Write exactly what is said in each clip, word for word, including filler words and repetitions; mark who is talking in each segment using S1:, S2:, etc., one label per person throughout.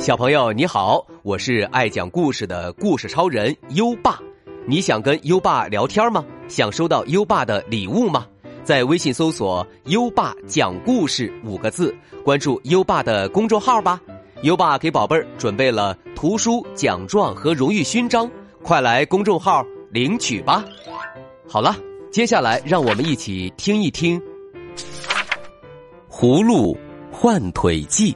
S1: 小朋友你好，我是爱讲故事的故事超人优爸。你想跟优爸聊天吗？想收到优爸的礼物吗？在微信搜索优爸讲故事五个字，关注优爸的公众号吧。优爸给宝贝儿准备了图书、奖状和荣誉勋章，快来公众号领取吧。好了，接下来让我们一起听一听葫芦换腿记。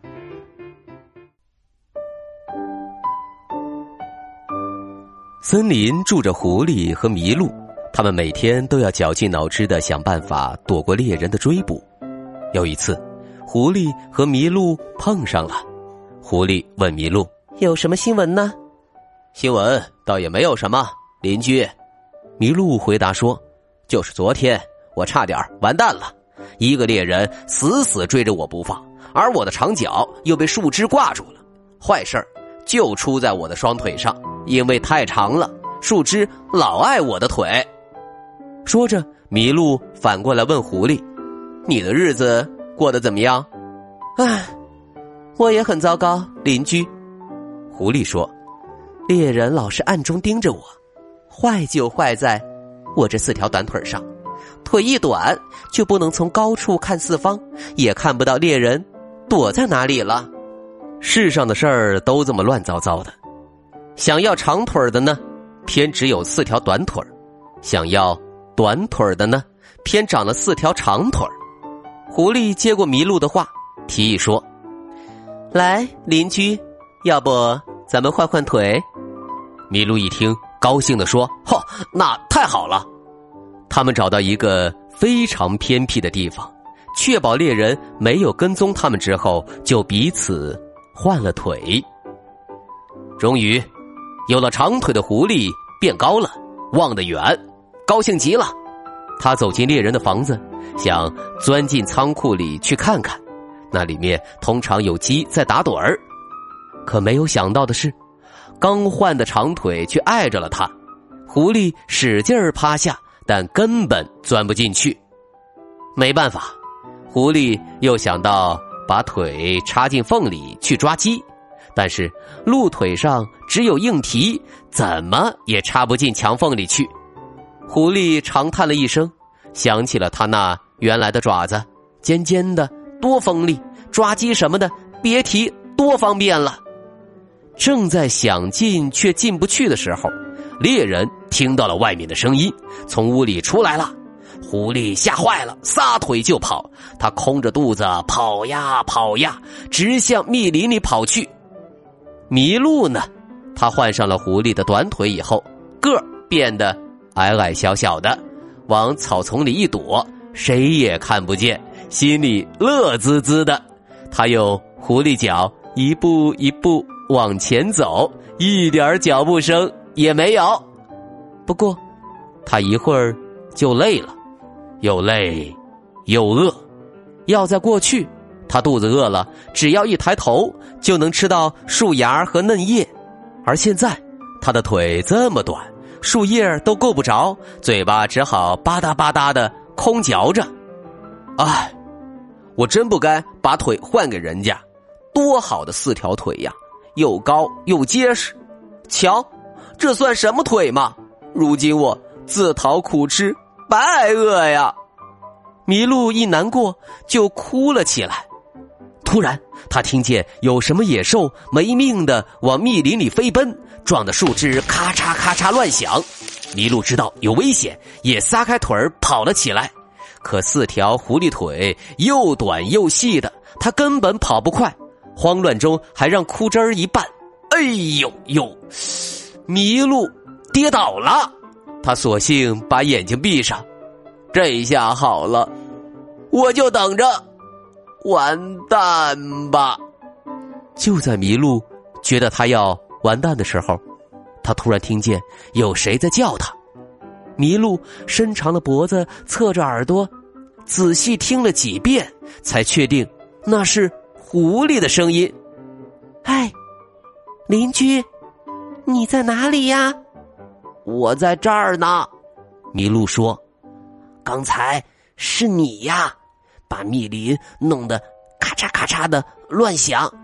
S1: 森林住着狐狸和麋鹿，他们每天都要绞尽脑汁地想办法躲过猎人的追捕。有一次，狐狸和麋鹿碰上了。狐狸问麋鹿：“有什么新闻呢？”“新闻倒也没有什么，邻居。”麋鹿回答说：“就是昨天我差点完蛋了，一个猎人死死追着我不放，而我的长脚又被树枝挂住了。坏事儿就出在我的双腿上，因为太长了，树枝老爱我的腿。”说着，麋鹿反过来问狐狸：“你的日子过得怎么样？”“唉，我也很糟糕，邻居。”狐狸说：“猎人老是暗中盯着我，坏就坏在我这四条短腿上，腿一短就不能从高处看四方，也看不到猎人躲在哪里了。世上的事儿都这么乱糟糟的，想要长腿的呢，偏只有四条短腿；想要短腿的呢，偏长了四条长腿。”狐狸接过麋鹿的话，提议说：“来，邻居，要不咱们换换腿？”麋鹿一听，高兴地说：“嚯，那太好了！”他们找到一个非常偏僻的地方，确保猎人没有跟踪他们之后，就彼此换了腿。终于，有了长腿的狐狸变高了，望得远，高兴极了。他走进猎人的房子，想钻进仓库里去看看，那里面通常有鸡在打盹儿。可没有想到的是，刚换的长腿却碍着了他。狐狸使劲儿趴下，但根本钻不进去。没办法，狐狸又想到把腿插进缝里去抓鸡，但是鹿腿上只有硬蹄，怎么也插不进墙缝里去。狐狸长叹了一声，想起了他那原来的爪子，尖尖的，多锋利，抓鸡什么的别提多方便了。正在想进却进不去的时候，猎人听到了外面的声音，从屋里出来了。狐狸吓坏了，撒腿就跑，他空着肚子跑呀跑呀，直向密林里跑去。麋鹿呢，他换上了狐狸的短腿以后，个儿变得矮矮小小的，往草丛里一躲，谁也看不见，心里乐滋滋的。他用狐狸脚一步一步往前走，一点脚步声也没有。不过他一会儿就累了，又累又饿。要在过去，他肚子饿了，只要一抬头就能吃到树芽和嫩叶，而现在他的腿这么短，树叶都够不着，嘴巴只好吧嗒吧嗒的空嚼着。唉，我真不该把腿换给人家，多好的四条腿呀，又高又结实。瞧，这算什么腿吗？如今我自讨苦吃，白饿呀！麋鹿一难过就哭了起来。突然他听见有什么野兽没命的往密林里飞奔，撞得树枝咔嚓咔嚓乱响。麋鹿知道有危险，也撒开腿儿跑了起来。可四条狐狸腿又短又细的，他根本跑不快，慌乱中还让枯枝儿一绊。哎呦呦！麋鹿跌倒了，他索性把眼睛闭上。这下好了，我就等着完蛋吧。就在麋鹿觉得他要完蛋的时候，他突然听见有谁在叫他。麋鹿伸长了脖子，侧着耳朵，仔细听了几遍，才确定那是狐狸的声音。“哎，邻居，你在哪里呀？”“我在这儿呢。”麋鹿说。“刚才是你呀，把密林弄得咔嚓咔嚓的乱响。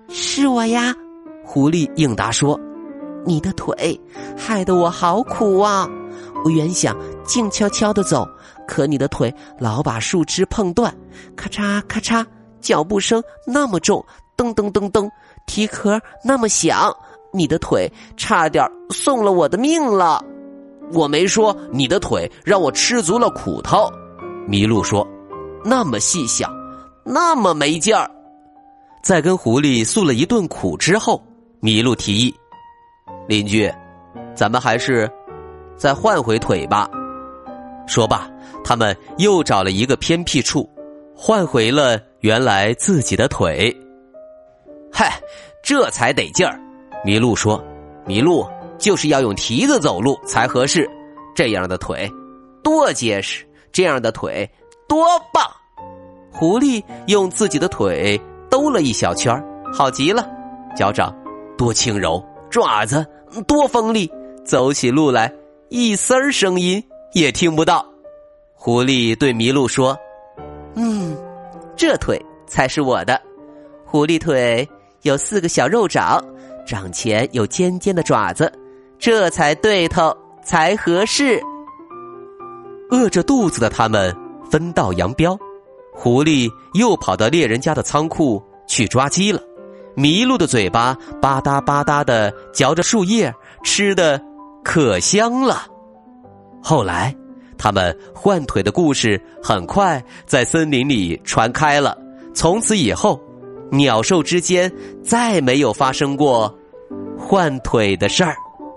S2: 是我呀。
S1: 狐狸应答说，
S2: 你的腿害得我好苦啊！我原想静悄悄地走，可你的腿老把树枝碰断，咔嚓咔嚓，脚步声那么重，噔噔噔噔，蹄壳那么响，你的腿差点送了我的命了。
S1: 我没说你的腿让我吃足了苦头，麋鹿说，那么细小，那么没劲儿。在跟狐狸诉了一顿苦之后，麋鹿提议，邻居，咱们还是再换回腿吧。说罢，他们又找了一个偏僻处，换回了原来自己的腿。嗨，这才得劲儿。麋鹿说，麋鹿就是要用蹄子走路才合适，这样的腿多结实，这样的腿多棒。狐狸用自己的腿兜了一小圈，好极了，脚掌多轻柔，爪子多锋利，走起路来一丝儿声音也听不到。狐狸对麋鹿说，
S2: 嗯，这腿才是我的。狐狸腿有四个小肉掌，掌前有尖尖的爪子，这才对头，才合适。
S1: 饿着肚子的他们分道扬镳，狐狸又跑到猎人家的仓库去抓鸡了。麋鹿的嘴巴吧嗒吧嗒地嚼着树叶，吃得可香了。后来他们换腿的故事很快在森林里传开了，从此以后鸟兽之间再没有发生过换腿的事儿。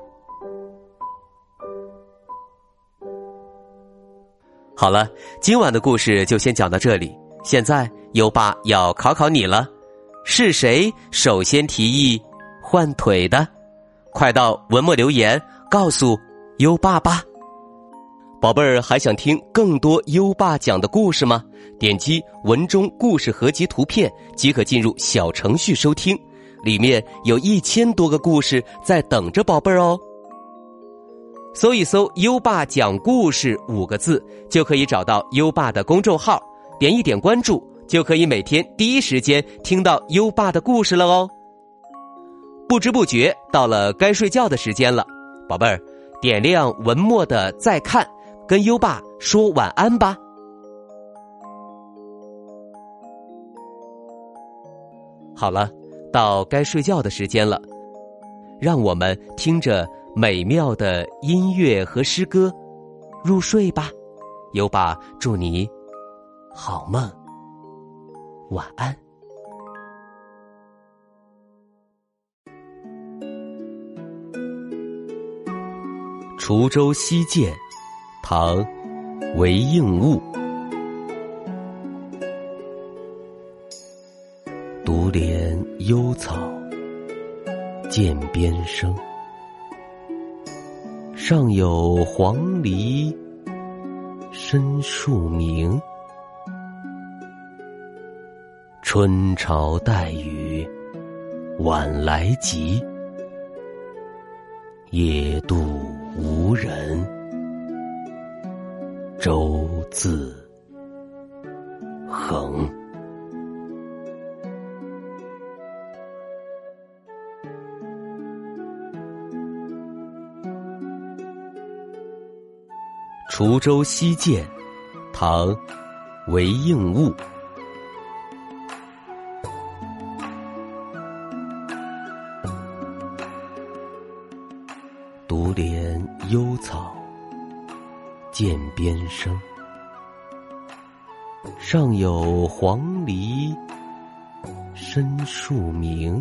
S1: 好了，今晚的故事就先讲到这里。现在优爸要考考你了，是谁首先提议换腿的？快到文末留言告诉优爸吧。宝贝儿，还想听更多优爸讲的故事吗？点击文中故事合集图片即可进入小程序收听，里面有一千多个故事在等着宝贝儿哦。搜一搜优爸讲故事五个字，就可以找到优爸的公众号，点一点关注，就可以每天第一时间听到优爸的故事了哦。不知不觉到了该睡觉的时间了，宝贝儿，点亮文末的再看，跟优爸说晚安吧。好了，到该睡觉的时间了，让我们听着美妙的音乐和诗歌入睡吧。优爸祝你好梦，晚安。滁州西涧，唐·韦应物。独怜幽草涧边生，上有黄鹂深树鸣。春潮带雨晚来急，野渡无人舟自横。滁州西涧，唐·韦应物。独怜幽草涧边生，上有黄鹂深树鸣。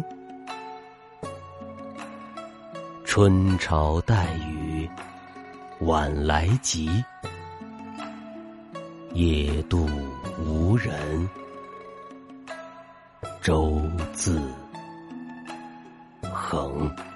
S1: 春潮带雨晚来急，野渡无人舟自横。